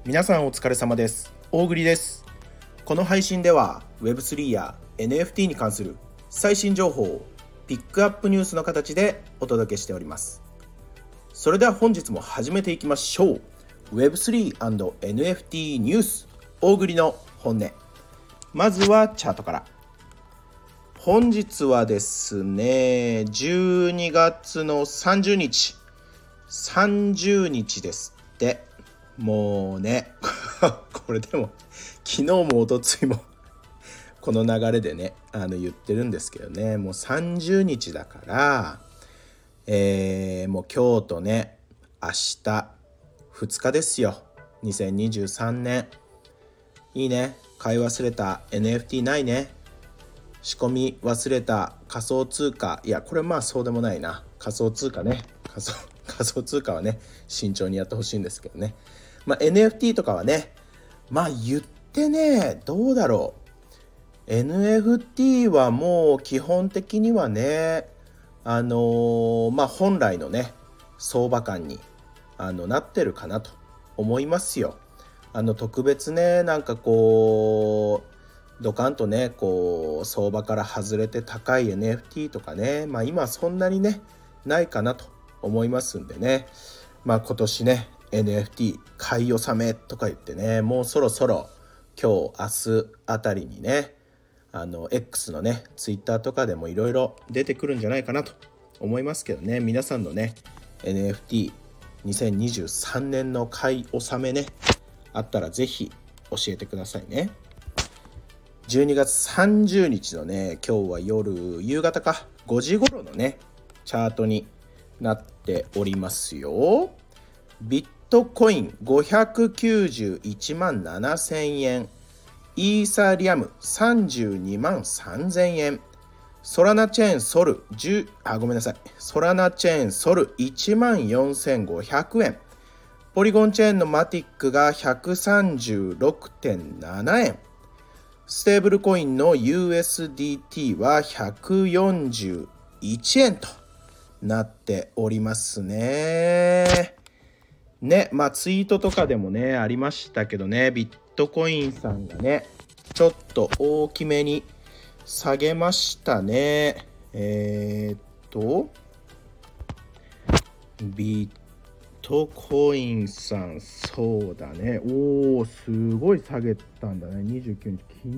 皆さんお疲れ様です。大栗です。この配信では Web3 や NFT に関する最新情報をピックアップニュースの形でお届けしております。それでは本日も始めていきましょう。 Web3&NFT ニュース、大栗の本音。まずはチャートから。本日はですね、12月の30日ですって。もうねこれでも昨日も一昨日もこの流れでね言ってるんですけどね、もう30日だから、もう今日とね明日2日ですよ。2023年。いいね。買い忘れた NFT ないね。仕込み忘れた仮想通貨、いやこれまあそうでもないな。仮想通貨ね、仮想通貨はね慎重にやってほしいんですけどね。NFT とかはね、言ってね、どうだろう。NFT はもう基本的にはね、本来のね相場感になってるかなと思いますよ。特別ね、なんかこうドカンとねこう相場から外れて高い NFT とかね、今そんなにねないかなと思いますんでね。今年ね NFT 買い納めとか言ってね、もうそろそろ今日明日あたりにねX のねツイッターとかでもいろいろ出てくるんじゃないかなと思いますけどね。皆さんのね NFT2023 年の買い納めねあったらぜひ教えてくださいね。12月30日のね、今日は夕方か5時頃のねチャートになっておりますよ。ビットコイン591万7000円、イーサリアム32万3000円、ソラナチェーンソル1万4500円、ポリゴンチェーンのマティックが 136.7 円、ステーブルコインの USDT は141円となっておりますね。ツイートとかでもねありましたけどね、ビットコインさんがねちょっと大きめに下げましたね。ビットコインさん、そうだね、すごい下げたんだね。29日、昨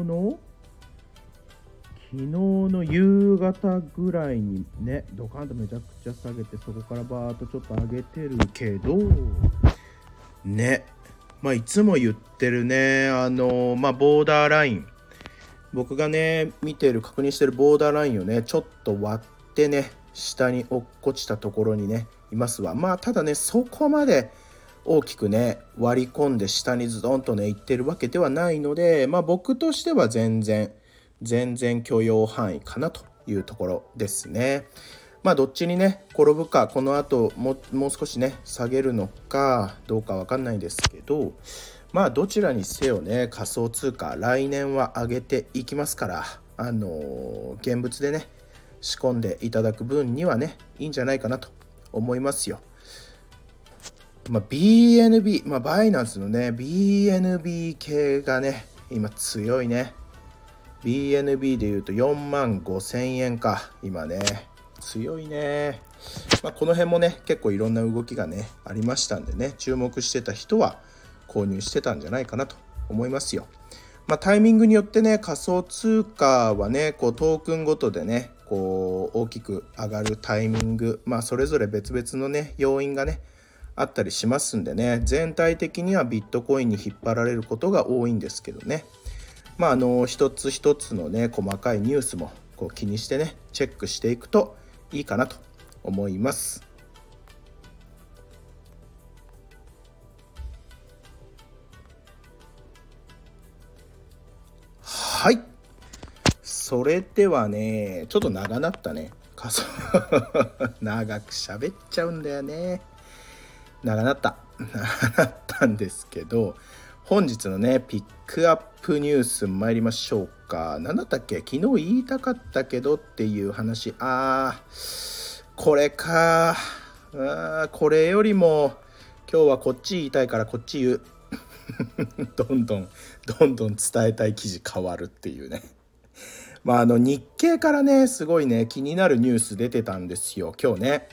日の夕方ぐらいにねドカンとめちゃくちゃ下げて、そこからバーっとちょっと上げてるけどね、いつも言ってるねボーダーライン、僕がね確認してるボーダーラインをねちょっと割ってね下に落っこちたところにねいますわ。ただねそこまで大きくね割り込んで下にズドンとねいってるわけではないので、僕としては全然許容範囲かなというところですね。どっちにね転ぶか、この後もう少しね下げるのかどうか分かんないですけど、どちらにせよね仮想通貨来年は上げていきますから、現物でね仕込んでいただく分にはねいいんじゃないかなと思いますよ。BNB、バイナンスのね BNB 系がね今強いね。 BNB でいうと4万5000円か今ね、強いね。この辺もね結構いろんな動きがねありましたんでね、注目してた人は購入してたんじゃないかなと思いますよ。タイミングによってね仮想通貨はねこうトークンごとでねこう大きく上がるタイミング、それぞれ別々のね要因がねあったりしますんでね、全体的にはビットコインに引っ張られることが多いんですけどね、一つ一つのね細かいニュースもこう気にしてねチェックしていくといいかなと思います。はい、それではねちょっと長なったね長く喋っちゃうんだよね。長なったんですけど、本日のねピックアップニュース参りましょうか。何だったっけ、昨日言いたかったけどっていう話。これか。これよりも今日はこっち言いたいからこっち言うどんどん伝えたい記事変わるっていうね。日経からねすごいね気になるニュース出てたんですよ今日ね。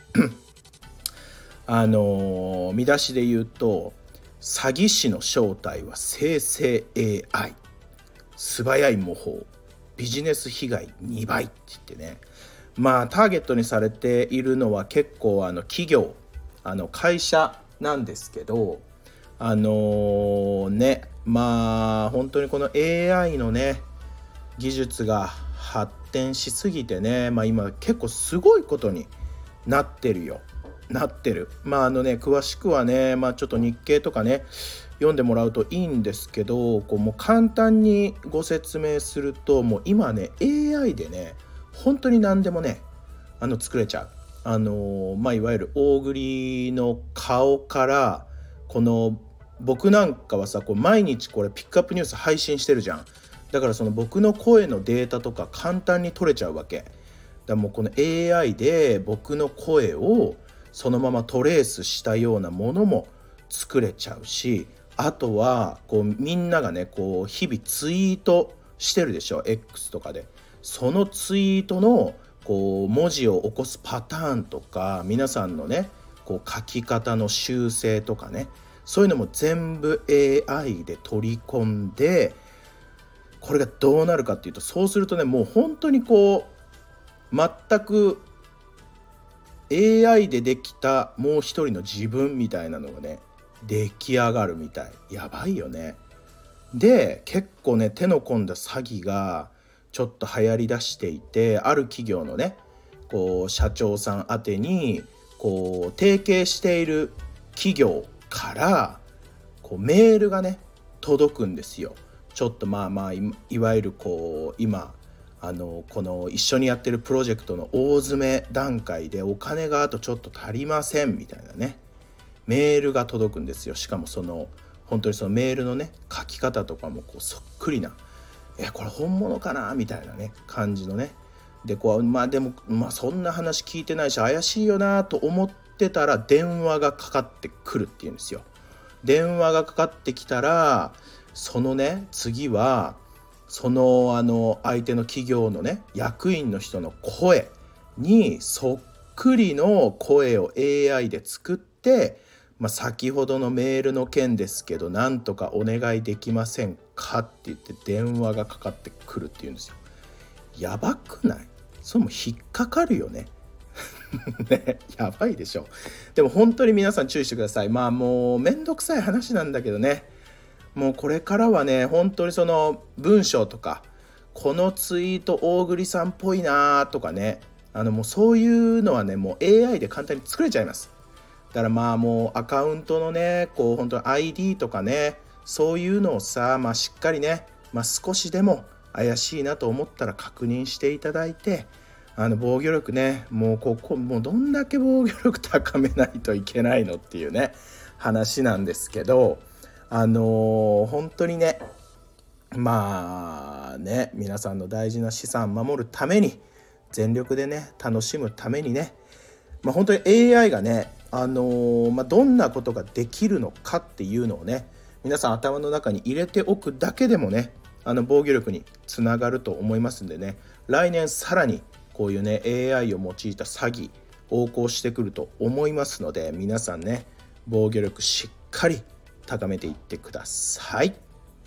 見出しで言うと、詐欺師の正体は生成 AI、 素早い模倣、ビジネス被害2倍って言ってね、ターゲットにされているのは結構企業、会社なんですけど、本当にこの AI のね技術が発展しすぎてね、今結構すごいことになってる。詳しくはね、ちょっと日経とかね読んでもらうといいんですけど、もう簡単にご説明すると、もう今ね AI でね本当に何でもね作れちゃう。いわゆる大栗の顔から、この僕なんかはさ毎日これピックアップニュース配信してるじゃん。だからその僕の声のデータとか簡単に取れちゃうわけだから、もうこの AI で僕の声をそのままトレースしたようなものも作れちゃうし、あとはみんながね日々ツイートしてるでしょ X とかで。そのツイートの文字を起こすパターンとか、皆さんのね書き方の修正とかね、そういうのも全部 AI で取り込んで、これがどうなるかっていうと、そうするとねもう本当に全く AI でできたもう一人の自分みたいなのがね出来上がるみたい。やばいよね。で結構ね手の込んだ詐欺がちょっと流行りだしていて、ある企業のね社長さん宛てに提携している企業からメールがね届くんですよ。ちょっといわゆる今この一緒にやってるプロジェクトの大詰め段階でお金があとちょっと足りませんみたいなねメールが届くんですよ。しかも本当にそのメールのね書き方とかもそっくりな、これ本物かなみたいなね感じのね。ででもそんな話聞いてないし怪しいよなと思ってたら、電話がかかってくるっていうんですよ。電話がかかってきたら、そのね次はその相手の企業のね役員の人の声にそっくりの声を AI で作って、先ほどのメールの件ですけどなんとかお願いできませんかって言って電話がかかってくるっていうんですよ。やばくない？それも引っかかるよね。ね、やばいでしょ。でも本当に皆さん注意してください。もうめんどくさい話なんだけどね、もうこれからはね本当にその文章とか、このツイート大栗さんっぽいなとかね、もうそういうのはねもう AI で簡単に作れちゃいます。だからもうアカウントのね本当に ID とかね、そういうのをさしっかりね、少しでも怪しいなと思ったら確認していただいて、防御力ねもうどんだけ防御力高めないといけないのっていうね話なんですけど、本当にね皆さんの大事な資産守るために、全力でね楽しむためにね、本当に AI がねどんなことができるのかっていうのをね皆さん頭の中に入れておくだけでもね防御力につながると思いますんでね、来年さらにこういうね AI を用いた詐欺横行してくると思いますので、皆さんね防御力しっかり高めていってください。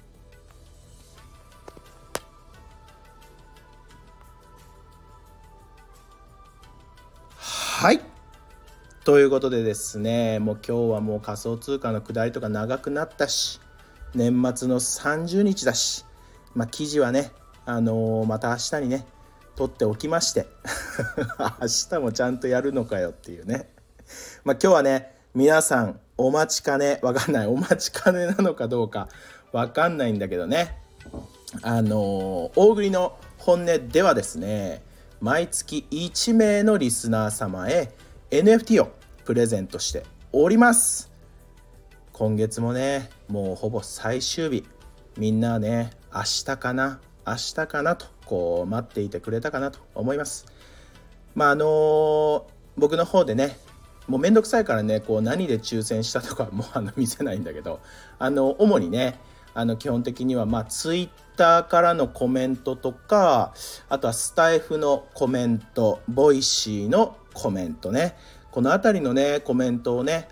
はい、ということでですね、もう今日はもう仮想通貨の下りとか長くなったし、年末の30日だし、記事はねまた明日にね取っておきまして明日もちゃんとやるのかよっていうね。今日はね皆さんお待ちかね、お待ちかねなのかどうかわかんないんだけどね、大栗の本音ではですね、毎月1名のリスナー様へ NFT をプレゼントしております。今月もねもうほぼ最終日、みんなはね明日かなと待っていてくれたかなと思います。僕の方でねもうめんどくさいからね、こう何で抽選したとかもう見せないんだけど、主にね、基本的にはツイッターからのコメントとか、あとはスタイフのコメント、ボイシーのコメントね、このあたりのねコメントをね、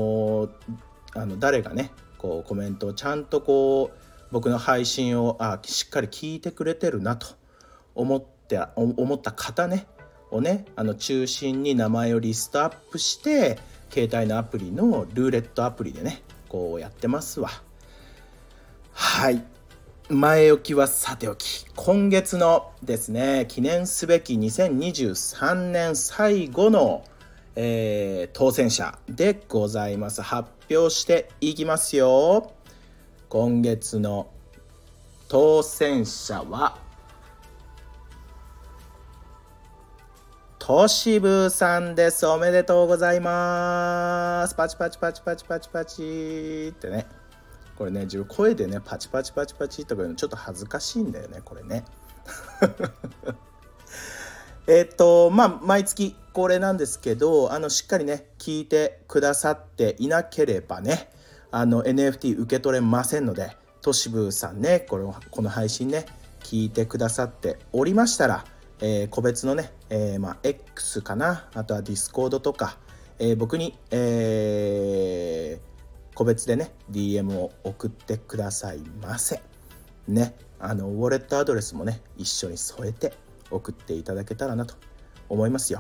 誰がねこうコメントをちゃんとこう僕の配信をしっかり聞いてくれてるなと思った方ねをね中心に名前をリストアップして、携帯のアプリのルーレットアプリでねこうやってますわ。はい、前置きはさておき、今月のですね記念すべき2023年最後の、当選者でございます。発表していきますよ。今月の当選者はとしぶさんです。おめでとうございます。パチパチパチパチパチパチってね、これね自分声でねパチパチパチパチとか言うのちょっと恥ずかしいんだよねこれね毎月恒例なんですけど、しっかりね聞いてくださっていなければねNFT 受け取れませんので、としぶさんねこの配信ね聞いてくださっておりましたら、個別のね、X かな、あとは Discord とか、僕に、個別でね DM を送ってくださいませね。ウォレットアドレスもね一緒に添えて送っていただけたらなと思いますよ。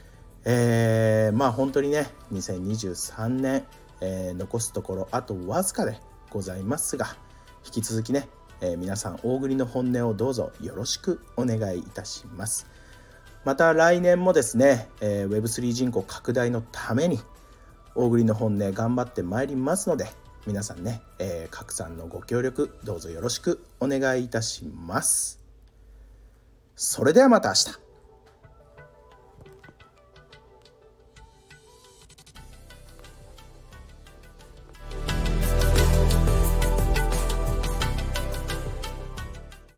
本当にね2023年、残すところあとわずかでございますが、引き続きね、皆さん大栗の本音をどうぞよろしくお願いいたします。また来年もですね、Web3 人口拡大のために大栗の本音頑張ってまいりますので、皆さんね、拡散のご協力どうぞよろしくお願いいたします。それではまた明日。